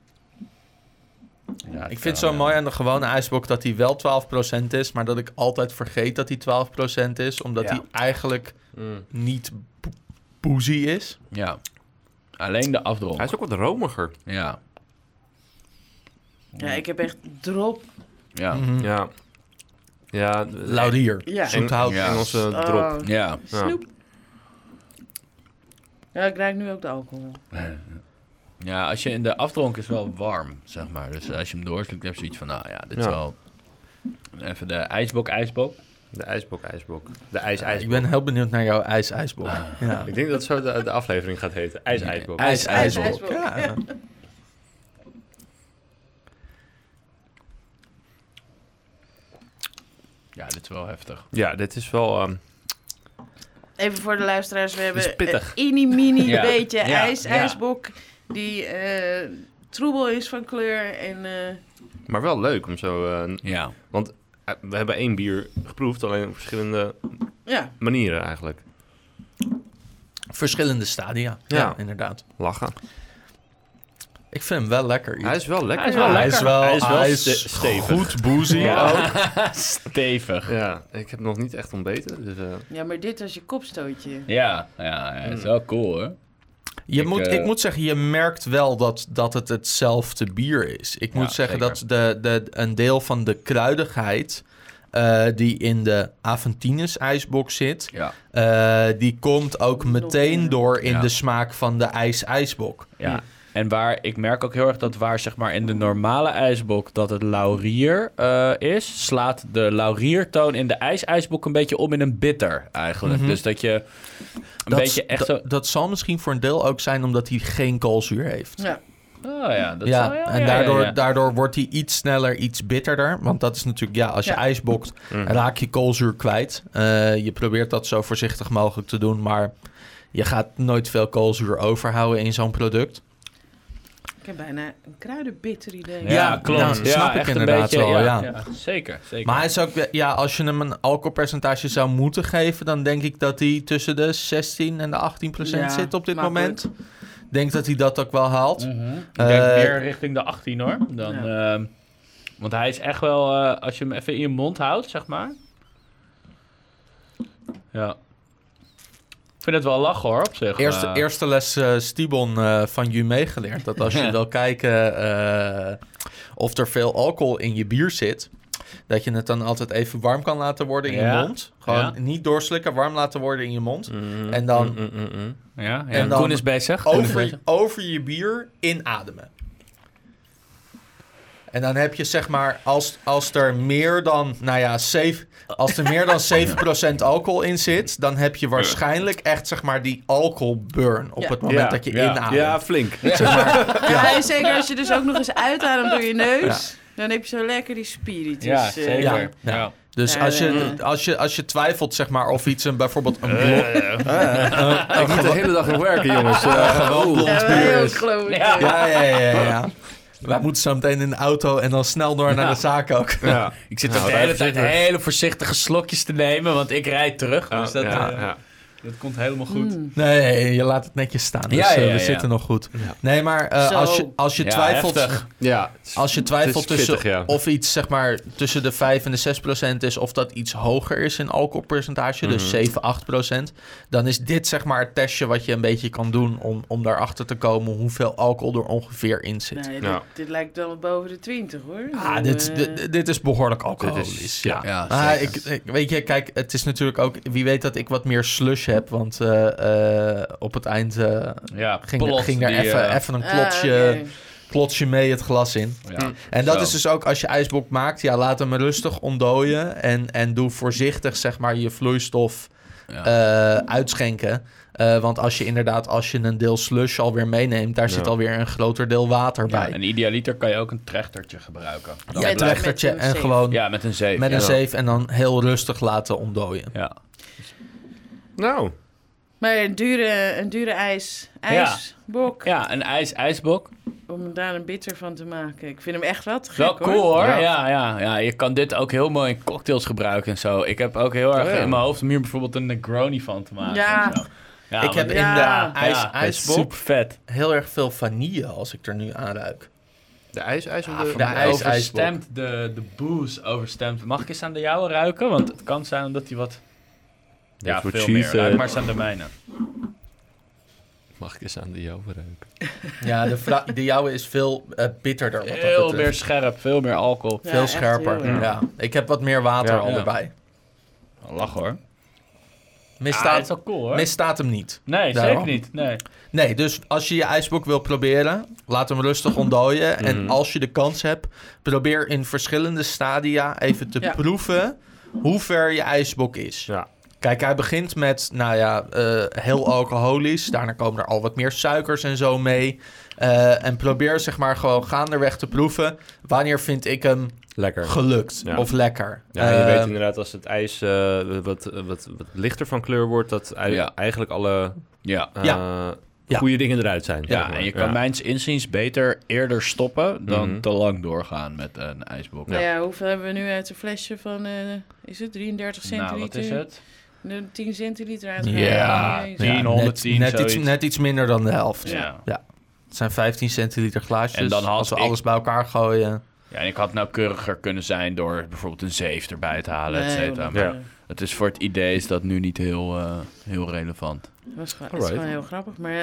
Ja, Ik vind het zo mooi aan de gewone ijsbok dat hij wel 12% is, maar dat ik altijd vergeet dat hij 12% is, omdat hij eigenlijk niet boozy is. Ja. Alleen de afdronk. Hij is ook wat romiger. Ja. Ja, ik heb echt drop. Ja. Mhm. Ja. Ja. Laurier. Ja. Zoethout. Ja. Engelse Oh, drop. Ja. Ja. Snoep. Ja, ik ruik nu ook de alcohol. Ja, als je in de afdronk is wel warm, zeg maar. Dus als je hem doorslikt, heb je zoiets van, nou ja, dit is Ja. wel... Even de ijsbok. De ijsbok. De ijsbok. Ik ben heel benieuwd naar jouw ijsbok. Ja. Ik denk dat zo de aflevering gaat heten. Ijsbok. Ijsbok. IJsbok. Ja. Ja, dit is wel heftig. Ja, dit is wel... Even voor de luisteraars, we hebben is pittig. een mini Ja. beetje Ja. ijsbok die troebel is van kleur en Maar wel leuk om zo... Ja. want we hebben 1 bier geproefd, alleen op verschillende ja. manieren eigenlijk. Verschillende stadia. Ja. Ja, inderdaad. Lachen. Ik vind hem wel lekker. Hij is wel lekker. Hij is wel lekker. Hij is stevig. goed boozy Ja. ook. Stevig. Ja, ik heb nog niet echt ontbeten. Dus, Ja, maar dit was je kopstootje. Ja, het is wel cool, hoor. Ik moet zeggen, je merkt wel dat het hetzelfde bier is. Ik moet zeggen zeker. dat een deel van de kruidigheid die in de Aventines ijsbok zit, die komt ook meteen door in de smaak van de ijsbok. Ja. En waar ik merk ook heel erg dat waar zeg maar in de normale ijsbok dat het laurier is, slaat de lauriertoon in de ijsbok een beetje om in een bitter eigenlijk. Mhm. Dus dat je beetje echt zo... Dat zal misschien voor een deel ook zijn omdat hij geen koolzuur heeft. Ja. Oh ja, dat Ja, zou, en daardoor wordt hij iets sneller, iets bitterder. Want dat is natuurlijk, als je ijs bokt, raak je koolzuur kwijt. Je probeert dat zo voorzichtig mogelijk te doen, maar je gaat nooit veel koolzuur overhouden in zo'n product. Ik heb bijna een kruidenbitter idee. Ja, klopt. Nou, snap ik inderdaad wel, ja. Zeker. Maar hij is ook, als je hem een alcoholpercentage zou moeten geven, dan denk ik dat hij tussen de 16 en de 18% zit op dit moment. Ik denk dat hij dat ook wel haalt. Ik denk meer richting de 18 hoor. Want hij is echt wel, als je hem even in je mond houdt, zeg maar. Ja. Ik vind het wel lachen hoor, op zich. Eerste les Stibon van Jume geleerd. Dat als je wil kijken of er veel alcohol in je bier zit, dat je het dan altijd even warm kan laten worden in je mond. Gewoon niet doorslikken, warm laten worden in je mond. En dan... En dan Koen is bezig. Over je bier inademen. En dan heb je zeg maar, als er meer dan, als er meer dan 7% alcohol in zit, dan heb je waarschijnlijk echt zeg maar die alcoholburn op het moment dat je inademt. Ja, flink. Zeg maar, En zeker als je dus ook nog eens uitademt door je neus, dan heb je zo lekker die spiritus. Ja, zeker. Ja. Dus als je twijfelt zeg maar of iets bijvoorbeeld een blok... Ik moet de hele dag nog werken, jongens. Gewoon blond bier is. Ja. Wij moeten zo meteen in de auto en dan snel door naar de zaak ook. Ja. Ik zit de hele tijd hele voorzichtige slokjes te nemen, want ik rijd terug. Dus dat komt helemaal goed. Nee, je laat het netjes staan. Dus we zitten nog goed. Ja. Nee, maar als je twijfelt... Als je twijfelt tussen of iets zeg maar tussen de 5 en de 6% is, of dat iets hoger is in alcoholpercentage, dus 7-8%, dan is dit zeg maar het testje wat je een beetje kan doen om daarachter te komen hoeveel alcohol er ongeveer in zit. Nee, dit lijkt wel boven de 20 hoor. Dit is behoorlijk alcoholisch. Weet je, kijk, het is natuurlijk ook, wie weet dat ik wat meer slush heb, want op het eind ging er even een klotsje mee het glas in. Ja. En dat is dus ook als je ijsblok maakt, laat hem rustig ontdooien en doe voorzichtig zeg maar je vloeistof uitschenken. Want als je een deel slush alweer meeneemt, daar zit alweer een groter deel water bij. En idealiter kan je ook een trechtertje gebruiken. Een trechtertje en gewoon met een zeef. Met een zeef en dan heel rustig laten ontdooien. Nou. Maar een dure ijsbok. Ja, een ijsbok. Om daar een bitter van te maken. Ik vind hem echt wel te gek, wel cool hoor. Ja, je kan dit ook heel mooi in cocktails gebruiken en zo. Ik heb ook heel erg in mijn hoofd om hier bijvoorbeeld een Negroni van te maken. Ja. Ik heb in de ijsbok super vet. heel erg veel vanille als ik er nu aan ruik. De ijs of de overstemt de booze overstemt. Mag ik eens aan de jouwe ruiken? Want het kan zijn omdat hij wat... Ja, veel cheese, meer. Ruik maar eens aan de mijne. Mag ik eens aan de jouwe ruiken? Ja, de jouwe is veel bitterder. Veel meer scherp, veel meer alcohol. Ja, veel scherper. Ja. Ik heb wat meer water al erbij. Lach hoor. Misstaat, is wel cool, hoor. Misstaat hem niet. Nee, zeker niet. Nee, dus als je je ijsbok wil proberen, laat hem rustig ontdooien. En als je de kans hebt, probeer in verschillende stadia even te proeven hoe ver je ijsbok is. Ja. Kijk, hij begint met, heel alcoholisch. Daarna komen er al wat meer suikers en zo mee. En probeer zeg maar gewoon gaandeweg te proeven. Wanneer vind ik hem gelukt of lekker? Ja, je weet inderdaad als het ijs wat lichter van kleur wordt, dat eigenlijk alle goede dingen eruit zijn. Ja, en je kan mijns inziens beter eerder stoppen dan te lang doorgaan met een ijsblok. Ja, hoeveel hebben we nu uit een flesje van, is het 33 centiliter? Nou, wat is het? 10 centiliter uitgehaald. Ja, 110, net iets minder dan de helft. Ja. Het zijn 15 centiliter glaasjes. En dan als we alles bij elkaar gooien. Ja, en ik had nauwkeuriger kunnen zijn door bijvoorbeeld een zeef erbij te halen, et cetera. Maar het is voor het idee is dat nu niet heel relevant. Dat is gewoon heel grappig, maar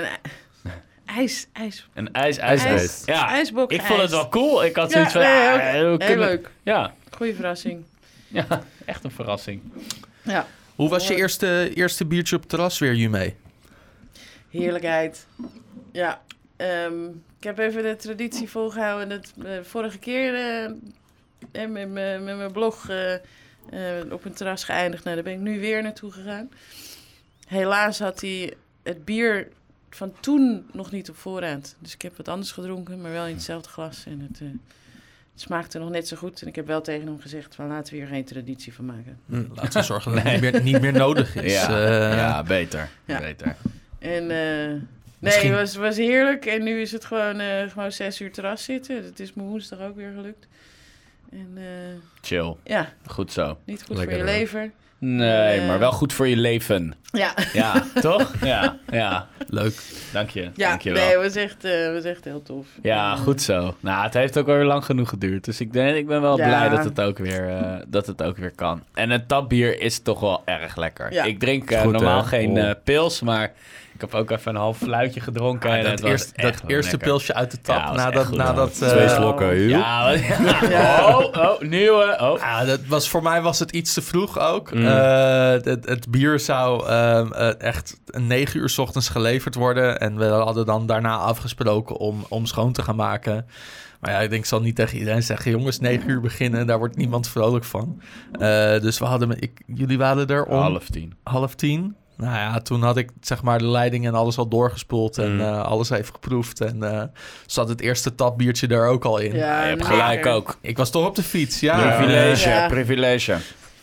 een ijsbeest. Ja, ijsbok. Ik vond het wel cool. Ik had zoiets van... heel leuk. Ja. Goeie verrassing. Ja, echt een verrassing. Ja. Hoe was je eerste biertje op het terras weer, Jume? Heerlijkheid. Ja. Ik heb even de traditie volgehouden. Vorige keer met mijn blog op een terras geëindigd. Nou, daar ben ik nu weer naartoe gegaan. Helaas had hij het bier van toen nog niet op voorraad. Dus ik heb wat anders gedronken, maar wel in hetzelfde glas. En het smaakte nog net zo goed. En ik heb wel tegen hem gezegd van laten we hier geen traditie van maken. Laten we zorgen dat het niet meer nodig is. Beter. Ja. Beter. En Misschien- het was heerlijk. En nu is het gewoon 6 uur terras zitten. Dat is me woensdag ook weer gelukt. En Chill. ja, Goed zo. niet goed Lekker voor je hoor. lever. Nee, maar wel goed voor je leven. Ja, Ja, toch? Ja. Leuk. Dank je. ja Dank je wel. nee, was echt heel tof. Ja, En, goed zo. Nou, het heeft ook alweer lang genoeg geduurd. Dus ik ben wel Ja. blij dat het ook weer kan. En het tapbier is toch wel erg lekker. Ja. Ik drink Is goed, normaal hè? geen pils, maar ik heb ook even een half fluitje gedronken. en het was echt dat wel eerste lekker. pilsje uit de tap Ja, was echt goed. nadat 2 slokken. joh. Ja, Ja. nieuwe. Oh. Ja, voor mij was het iets te vroeg ook. Het bier zou echt 9 uur 's ochtends geleverd worden. En we hadden dan daarna afgesproken om schoon te gaan maken. Maar ja, ik zal niet tegen iedereen zeggen... jongens, 9 uur beginnen, daar wordt niemand vrolijk van. Dus we hadden... jullie waren er om 9:30. Nou ja, toen had ik zeg maar de leiding en alles al doorgespoeld... en alles even geproefd. En zat het eerste tapbiertje daar ook al in. Ja, Je hebt lekker. gelijk ook. Ik was toch op de fiets, ja. Privilege, Ja. privilege.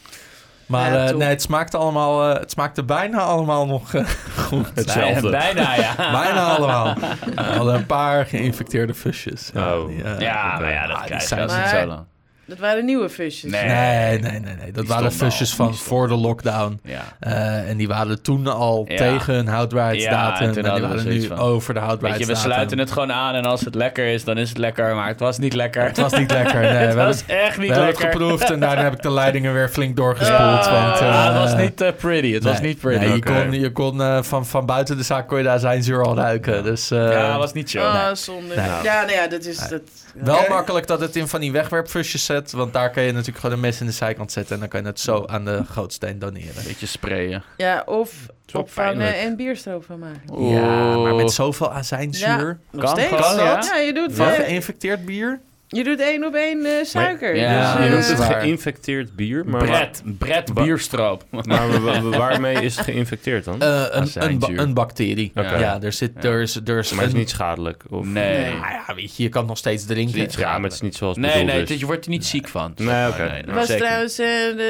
Maar Ja, top. nee, het smaakte bijna allemaal nog goed. Hetzelfde. Bijna, ja. Bijna allemaal. We hadden een paar geïnfecteerde fusjes. Oh. Ja, maar ja, dat die krijg je zijn als het maar- zo lang. Dat waren nieuwe fusjes. Nee. Nee. Dat waren stonden fusjes al. van Die voor de lockdown. Ja. En die waren toen al Ja. tegen hun houdbaarheidsdatum. Ja, en en toen die hadden we waren zoiets nu van, over de Weet je, we houdbaarheidsdatum. sluiten het gewoon aan en als het lekker is, dan is het lekker. Maar het was niet lekker. Het was niet lekker. Nee, Het we was hebben, echt niet we hebben het lekker. geproefd en daarna heb ik de leidingen weer flink doorgespoeld. want, het was niet pretty. Het was nee, niet pretty. nee, Oké. je kon van buiten de zaak kon je de azijnzuur al ruiken. Dus, Ja, het was niet chill. Oh, zonde. Nee. Ja, nou ja, dat is... Dat, wel Oké. makkelijk dat het in van die wegwerpfusjes zet. Want daar kan je natuurlijk gewoon een mes in de zijkant zetten. En dan kan je het zo aan de gootsteen doneren. Beetje sprayen. Ja, of wel opvangen pijnlijk. en bierstroop van maken. Ja, maar met zoveel azijnzuur. Nog Kan, steeds. kan, ja. Ja, je doet, Van eh, geïnfecteerd bier? je doet 1 op 1 suiker. Ja, dus, Je dat noemt het waar. geïnfecteerd bier, maar Bret bierstroop. maar waarmee is het geïnfecteerd dan? Een bacterie. Oké. Ja, er is Maar het is niet schadelijk? Of? Nee. Nee. Nou ja, weet je, je kan het nog steeds drinken. Ja, maar het is niet zoals Nee, bedoeld nee, is. je wordt er niet ziek van. Nee, oké. Er was zeker. trouwens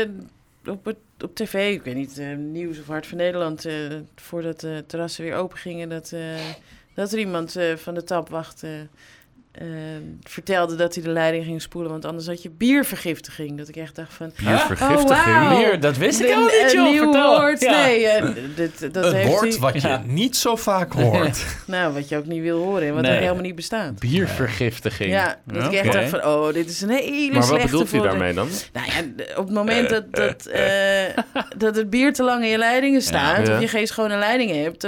op tv, ik weet niet, Nieuws of Hart van Nederland, voordat de terrassen weer open gingen, dat er iemand van de tapwacht vertelde dat hij de leiding ging spoelen, want anders had je biervergiftiging. Dat ik echt dacht van... Biervergiftiging? Oh, wauw. Bier, dat wist ik helemaal niet, joh. Een nieuw Vertel. woord. Ja. Nee, dat Een heeft woord hij... wat je Ja. niet zo vaak hoort. Nou, wat je ook niet wil horen en wat Nee. er helemaal niet bestaat. Biervergiftiging. Ja, dat ik echt Oké. dacht van, oh, dit is een hele Maar wat slechte bedoelt hij voor de- daarmee dan? Nou ja, op het moment dat het bier te lang in je leidingen staat... Ja. of je geen schone leidingen hebt...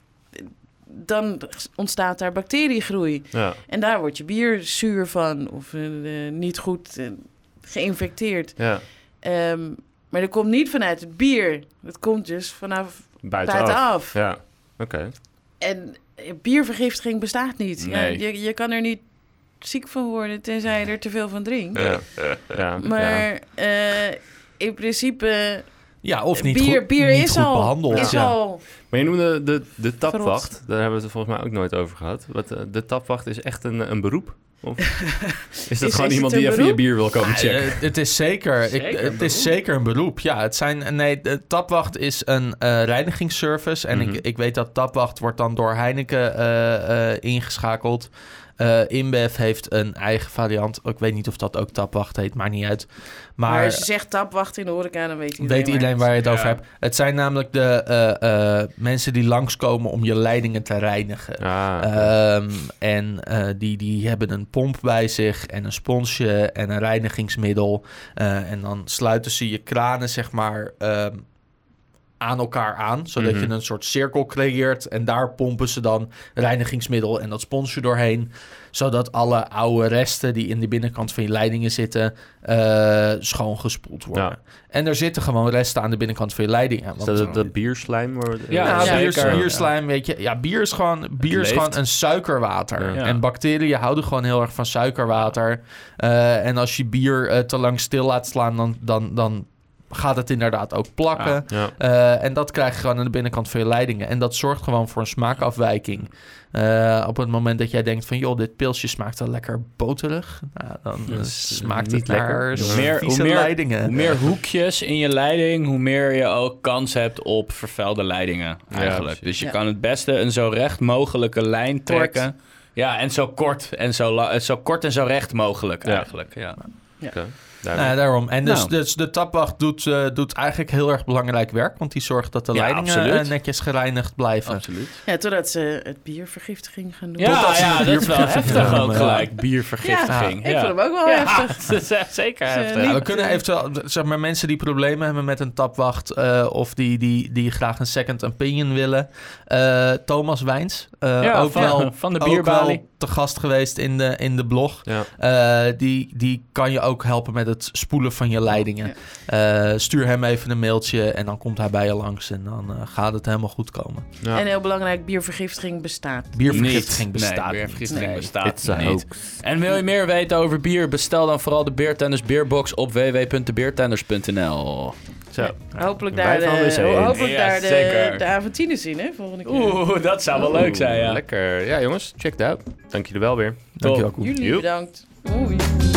dan ontstaat daar bacteriegroei. Ja. En daar wordt je bier zuur van of niet goed geïnfecteerd. Ja. Maar dat komt niet vanuit het bier. Dat komt dus vanaf Buitenaf. buitenaf. Ja. Oké. En biervergiftiging bestaat niet. Nee. Ja, je kan er niet ziek van worden tenzij je er te veel van drinkt. Ja. Ja. Maar in principe... Ja, of niet bier goed, bier niet is goed al, behandeld. is ja. al... Maar je noemde de tapwacht. Verrot. Daar hebben we het er volgens mij ook nooit over gehad. De tapwacht is echt een beroep? Of is dat Is gewoon het iemand een die even je beroep? bier wil komen Ja, checken? het is zeker. Het is zeker een beroep. Ja, de tapwacht is een reinigingsservice. En ik weet dat tapwacht wordt dan door Heineken ingeschakeld. InBev heeft een eigen variant. Ik weet niet of dat ook tapwacht heet, maakt niet uit. Maar als je zegt tapwacht in de horeca, dan weet iedereen waar je het over Ja. hebt. Het zijn namelijk de mensen die langskomen om je leidingen te reinigen. Die hebben een pomp bij zich en een sponsje en een reinigingsmiddel. En dan sluiten ze je kranen, zeg maar, aan elkaar aan. Zodat je een soort cirkel creëert. En daar pompen ze dan reinigingsmiddel en dat sponsje doorheen. Zodat alle oude resten die in de binnenkant van je leidingen zitten, schoongespoeld worden. Ja. En er zitten gewoon resten aan de binnenkant van je leidingen. Is dat bierslijm? Ja, zeker. Bierslijm, weet je. Ja, bier is gewoon een suikerwater. Ja. En bacteriën houden gewoon heel erg van suikerwater. En als je bier te lang stil laat slaan, dan gaat het inderdaad ook plakken. En dat krijg je gewoon aan de binnenkant van je leidingen. En dat zorgt gewoon voor een smaakafwijking. Op het moment dat jij denkt van... joh, dit pilsje smaakt wel lekker boterig. Nou, dan smaakt het naar vieze leidingen. Hoe meer hoekjes in je leiding... hoe meer je ook kans hebt op vervuilde leidingen eigenlijk. Dus je kan het beste een zo recht mogelijke lijn trekken. Ja, en zo kort en zo kort en zo recht mogelijk eigenlijk. Ja. Okay. Daarom. En dus de tapwacht doet eigenlijk heel erg belangrijk werk. Want die zorgt dat de leidingen netjes gereinigd blijven. Absoluut. Ja, totdat ze het biervergiftiging gaan doen. Ja, dat is wel heftig ook gelijk. Biervergiftiging. Ik vond hem ook wel heftig. Dat is zeker heftig. We kunnen eventueel, zeg maar, mensen die problemen hebben met een tapwacht... of die graag een second opinion willen. Thomas Wijns. Van de bierbalie. Ook te gast geweest in de blog. Ja. Die kan je ook helpen met het spoelen van je leidingen. Ja. Stuur hem even een mailtje en dan komt hij bij je langs en dan gaat het helemaal goed komen. Ja. En heel belangrijk, biervergiftiging bestaat. Biervergiftiging bestaat niet. En wil je meer weten over bier? Bestel dan vooral de Beertenders Beerbox op www.debeertenders.nl. Zo. Hopelijk daar de Aventines zien, hè, volgende keer. Dat zou wel leuk zijn, ja. Lekker. Ja, jongens, check it out. Dank jullie wel weer. Dank je wel, Koen. Jullie bedankt. Oei.